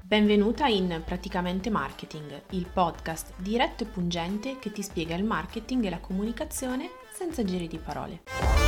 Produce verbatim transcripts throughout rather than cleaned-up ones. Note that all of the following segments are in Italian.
Benvenuta in Praticamente Marketing, il podcast diretto e pungente che ti spiega il marketing e la comunicazione senza giri di parole.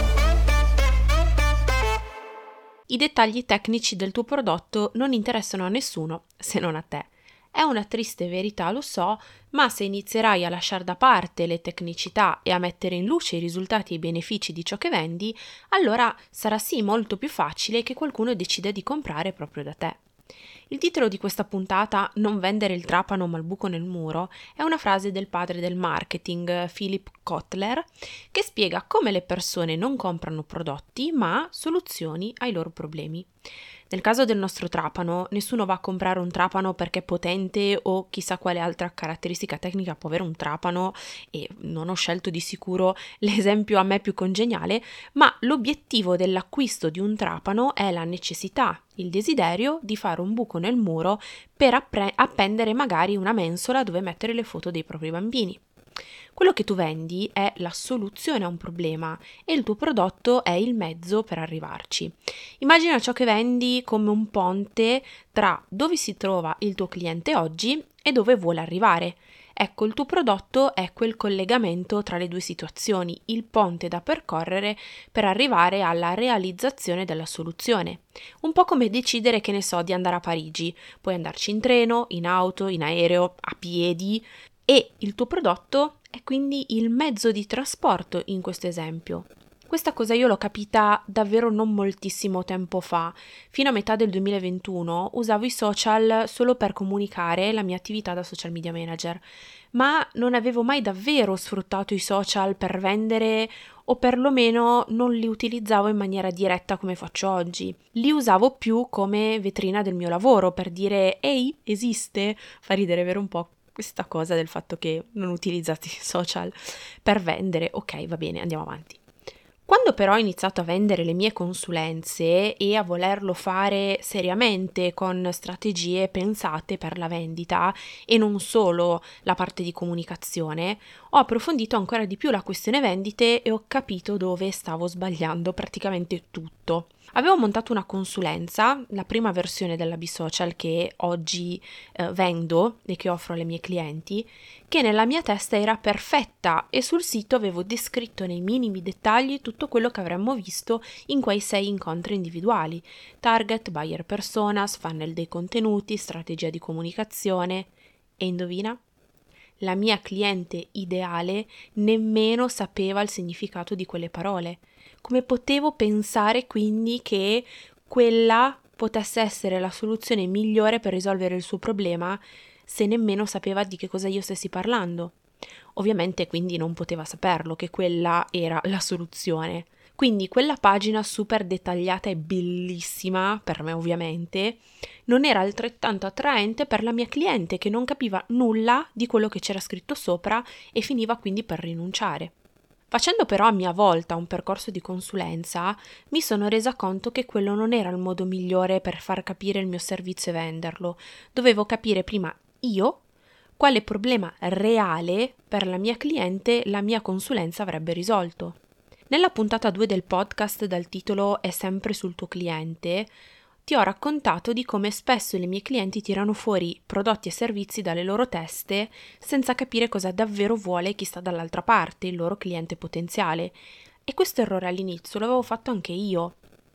I dettagli tecnici del tuo prodotto non interessano a nessuno se non a te. È una triste verità, lo so, ma se inizierai a lasciare da parte le tecnicità e a mettere in luce i risultati e i benefici di ciò che vendi, allora sarà sì molto più facile che qualcuno decida di comprare proprio da te. Il titolo di questa puntata, Non vendere il trapano ma il buco nel muro, è una frase del padre del marketing, Philip Kotler, che spiega come le persone non comprano prodotti ma soluzioni ai loro problemi. Nel caso del nostro trapano, nessuno va a comprare un trapano perché è potente o chissà quale altra caratteristica tecnica può avere un trapano, e non ho scelto di sicuro l'esempio a me più congeniale, ma l'obiettivo dell'acquisto di un trapano è la necessità, il desiderio di fare un buco nel muro per appre- appendere magari una mensola dove mettere le foto dei propri bambini. Quello che tu vendi è la soluzione a un problema e il tuo prodotto è il mezzo per arrivarci. Immagina ciò che vendi come un ponte tra dove si trova il tuo cliente oggi e dove vuole arrivare. Ecco, il tuo prodotto è quel collegamento tra le due situazioni, il ponte da percorrere per arrivare alla realizzazione della soluzione. Un po' come decidere, che ne so, di andare a Parigi. Puoi andarci in treno, in auto, in aereo, a piedi, e il tuo prodotto è quindi il mezzo di trasporto in questo esempio. Questa cosa io l'ho capita davvero non moltissimo tempo fa. Fino a metà del duemilaventuno usavo i social solo per comunicare la mia attività da social media manager, ma non avevo mai davvero sfruttato i social per vendere, o perlomeno non li utilizzavo in maniera diretta come faccio oggi. Li usavo più come vetrina del mio lavoro, per dire «Ehi, esiste?» Fa ridere, vero, un po' questa cosa del fatto che non utilizzate i social per vendere. Ok, va bene, andiamo avanti. Quando però ho iniziato a vendere le mie consulenze e a volerlo fare seriamente con strategie pensate per la vendita e non solo la parte di comunicazione, ho approfondito ancora di più la questione vendite e ho capito dove stavo sbagliando praticamente tutto. Avevo montato una consulenza, la prima versione della B-Social che oggi eh, vendo e che offro alle mie clienti, che nella mia testa era perfetta e sul sito avevo descritto nei minimi dettagli tutto quello che avremmo visto in quei sei incontri individuali: target, buyer personas, funnel dei contenuti, strategia di comunicazione. E indovina? La mia cliente ideale nemmeno sapeva il significato di quelle parole. Come potevo pensare quindi che quella potesse essere la soluzione migliore per risolvere il suo problema se nemmeno sapeva di che cosa io stessi parlando? Ovviamente quindi non poteva saperlo che quella era la soluzione. Quindi quella pagina super dettagliata e bellissima, per me ovviamente, non era altrettanto attraente per la mia cliente, che non capiva nulla di quello che c'era scritto sopra e finiva quindi per rinunciare. Facendo però a mia volta un percorso di consulenza, mi sono resa conto che quello non era il modo migliore per far capire il mio servizio e venderlo. Dovevo capire prima io quale problema reale per la mia cliente la mia consulenza avrebbe risolto. Nella puntata due del podcast dal titolo È sempre sul tuo cliente, ti ho raccontato di come spesso le mie clienti tirano fuori prodotti e servizi dalle loro teste senza capire cosa davvero vuole chi sta dall'altra parte, il loro cliente potenziale. E questo errore all'inizio l'avevo fatto anche io.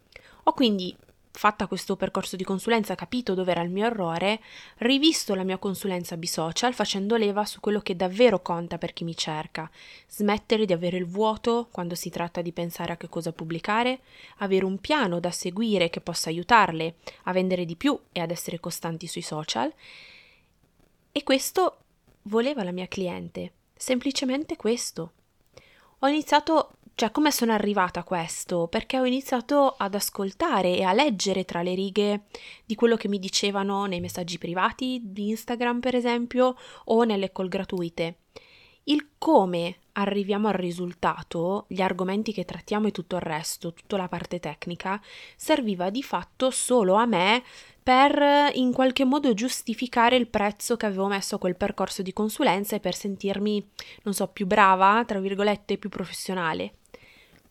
Ho quindi, fatta questo percorso di consulenza, capito dove era il mio errore, rivisto la mia consulenza B-Social facendo leva su quello che davvero conta per chi mi cerca: smettere di avere il vuoto quando si tratta di pensare a che cosa pubblicare, avere un piano da seguire che possa aiutarle a vendere di più e ad essere costanti sui social. E questo voleva la mia cliente, semplicemente questo. Ho iniziato Cioè, come sono arrivata a questo? Perché ho iniziato ad ascoltare e a leggere tra le righe di quello che mi dicevano nei messaggi privati di Instagram, per esempio, o nelle call gratuite. Il come arriviamo al risultato, gli argomenti che trattiamo e tutto il resto, tutta la parte tecnica, serviva di fatto solo a me per in qualche modo giustificare il prezzo che avevo messo a quel percorso di consulenza e per sentirmi, non so, più brava, tra virgolette, più professionale.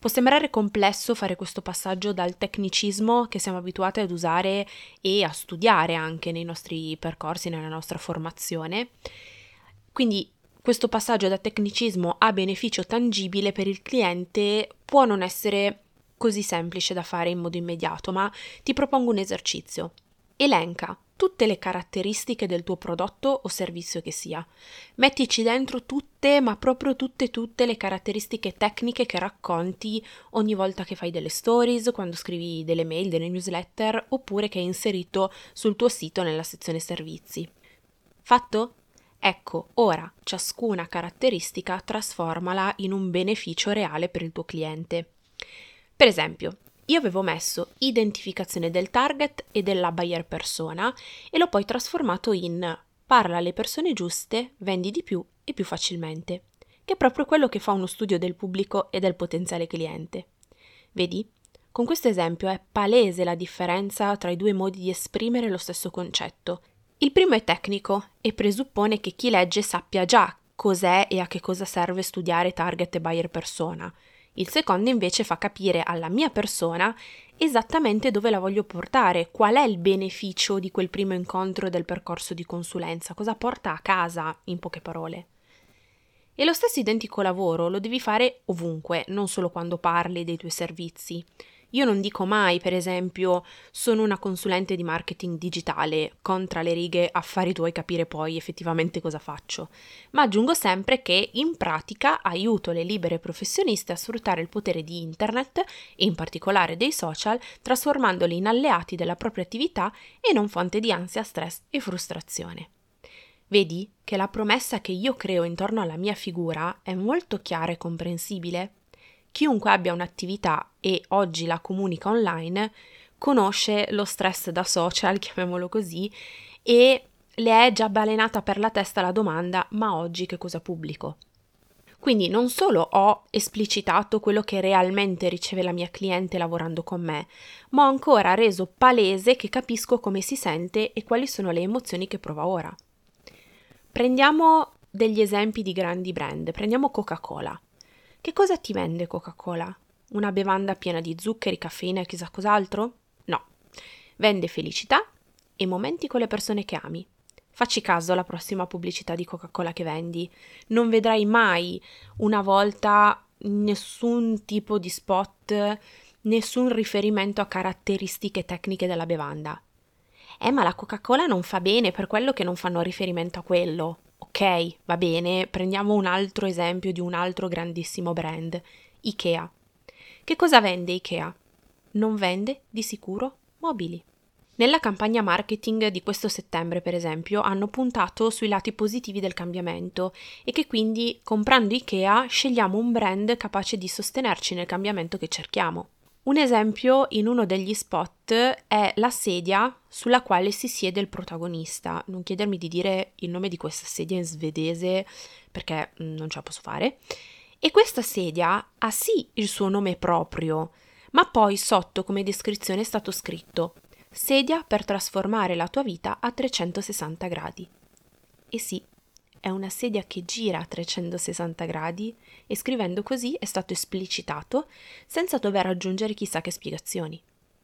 Può sembrare complesso fare questo passaggio dal tecnicismo che siamo abituati ad usare e a studiare anche nei nostri percorsi, nella nostra formazione. Quindi questo passaggio da tecnicismo a beneficio tangibile per il cliente può non essere così semplice da fare in modo immediato, ma ti propongo un esercizio. Elenca tutte le caratteristiche del tuo prodotto o servizio che sia. Mettici dentro tutte, ma proprio tutte, tutte le caratteristiche tecniche che racconti ogni volta che fai delle stories, quando scrivi delle mail, delle newsletter, oppure che hai inserito sul tuo sito nella sezione servizi. Fatto? Ecco, ora ciascuna caratteristica trasformala in un beneficio reale per il tuo cliente. Per esempio, io avevo messo identificazione del target e della buyer persona e l'ho poi trasformato in parla alle persone giuste, vendi di più e più facilmente, che è proprio quello che fa uno studio del pubblico e del potenziale cliente. Vedi? Con questo esempio è palese la differenza tra i due modi di esprimere lo stesso concetto. Il primo è tecnico e presuppone che chi legge sappia già cos'è e a che cosa serve studiare target e buyer persona. Il secondo invece fa capire alla mia persona esattamente dove la voglio portare, qual è il beneficio di quel primo incontro del percorso di consulenza, cosa porta a casa, in poche parole. E lo stesso identico lavoro lo devi fare ovunque, non solo quando parli dei tuoi servizi. Io non dico mai, per esempio, sono una consulente di marketing digitale, con tra le righe affari tuoi capire poi effettivamente cosa faccio, ma aggiungo sempre che in pratica aiuto le libere professioniste a sfruttare il potere di internet e in particolare dei social, trasformandoli in alleati della propria attività e non fonte di ansia, stress e frustrazione. Vedi che la promessa che io creo intorno alla mia figura è molto chiara e comprensibile? Chiunque abbia un'attività e oggi la comunica online conosce lo stress da social, chiamiamolo così, e le è già balenata per la testa la domanda: ma oggi che cosa pubblico? Quindi non solo ho esplicitato quello che realmente riceve la mia cliente lavorando con me, ma ho ancora reso palese che capisco come si sente e quali sono le emozioni che prova ora. Prendiamo degli esempi di grandi brand, prendiamo Coca-Cola. Che cosa ti vende Coca-Cola? Una bevanda piena di zuccheri, caffeina e chissà cos'altro? No. Vende felicità e momenti con le persone che ami. Facci caso alla prossima pubblicità di Coca-Cola che vendi. Non vedrai mai una volta nessun tipo di spot, nessun riferimento a caratteristiche tecniche della bevanda. Eh, ma la Coca-Cola non fa bene, per quello che non fanno riferimento a quello. Ok, va bene, prendiamo un altro esempio di un altro grandissimo brand, IKEA. Che cosa vende IKEA? Non vende, di sicuro, mobili. Nella campagna marketing di questo settembre, per esempio, hanno puntato sui lati positivi del cambiamento e che quindi, comprando IKEA, scegliamo un brand capace di sostenerci nel cambiamento che cerchiamo. Un esempio in uno degli spot è la sedia sulla quale si siede il protagonista. Non chiedermi di dire il nome di questa sedia in svedese perché non ce la posso fare. E questa sedia ha sì il suo nome proprio, ma poi sotto come descrizione è stato scritto: sedia per trasformare la tua vita a trecentosessanta gradi. E sì, è una sedia che gira a trecentosessanta gradi e scrivendo così è stato esplicitato senza dover aggiungere chissà che spiegazioni.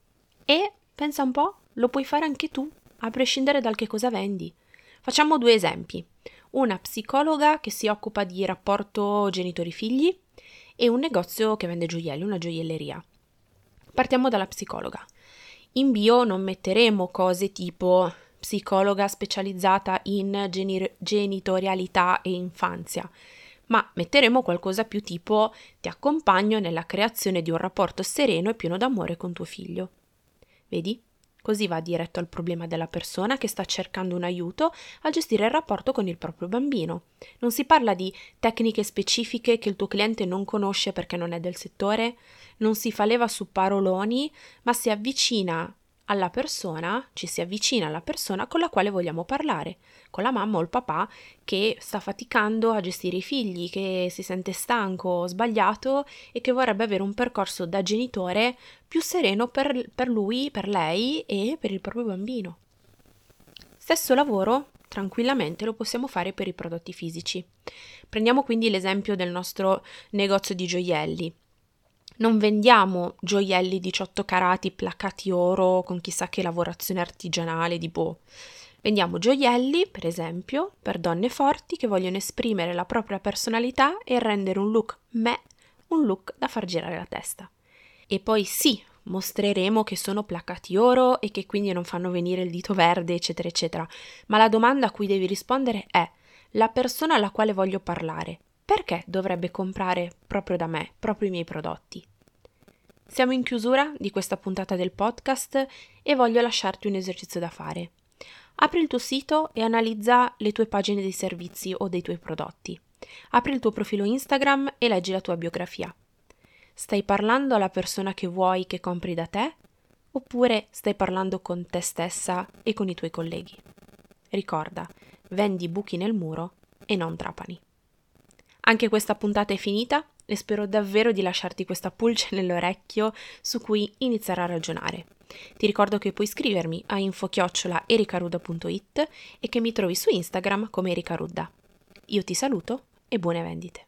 E, pensa un po', lo puoi fare anche tu, a prescindere dal che cosa vendi. Facciamo due esempi. Una psicologa che si occupa di rapporto genitori-figli e un negozio che vende gioielli, una gioielleria. Partiamo dalla psicologa. In bio non metteremo cose tipo psicologa specializzata in geni- genitorialità e infanzia, ma metteremo qualcosa più tipo ti accompagno nella creazione di un rapporto sereno e pieno d'amore con tuo figlio. Vedi? Così va diretto al problema della persona che sta cercando un aiuto a gestire il rapporto con il proprio bambino. Non si parla di tecniche specifiche che il tuo cliente non conosce perché non è del settore, non si fa leva su paroloni, ma si avvicina alla persona, ci si avvicina alla persona con la quale vogliamo parlare, con la mamma o il papà che sta faticando a gestire i figli, che si sente stanco, sbagliato e che vorrebbe avere un percorso da genitore più sereno per, per lui, per lei e per il proprio bambino. Stesso lavoro tranquillamente lo possiamo fare per i prodotti fisici. Prendiamo quindi l'esempio del nostro negozio di gioielli. Non vendiamo gioielli diciotto carati placcati oro con chissà che lavorazione artigianale di boh. Vendiamo gioielli, per esempio, per donne forti che vogliono esprimere la propria personalità e rendere un look me un look da far girare la testa. E poi sì, mostreremo che sono placcati oro e che quindi non fanno venire il dito verde, eccetera, eccetera. Ma la domanda a cui devi rispondere è: la persona alla quale voglio parlare, perché dovrebbe comprare proprio da me, proprio i miei prodotti? Siamo in chiusura di questa puntata del podcast e voglio lasciarti un esercizio da fare. Apri il tuo sito e analizza le tue pagine dei servizi o dei tuoi prodotti. Apri il tuo profilo Instagram e leggi la tua biografia. Stai parlando alla persona che vuoi che compri da te? Oppure stai parlando con te stessa e con i tuoi colleghi? Ricorda, vendi buchi nel muro e non trapani. Anche questa puntata è finita e spero davvero di lasciarti questa pulce nell'orecchio su cui iniziare a ragionare. Ti ricordo che puoi scrivermi a info chiocciola ericarudda punto it e che mi trovi su Instagram come Ericarudda. Io ti saluto e buone vendite.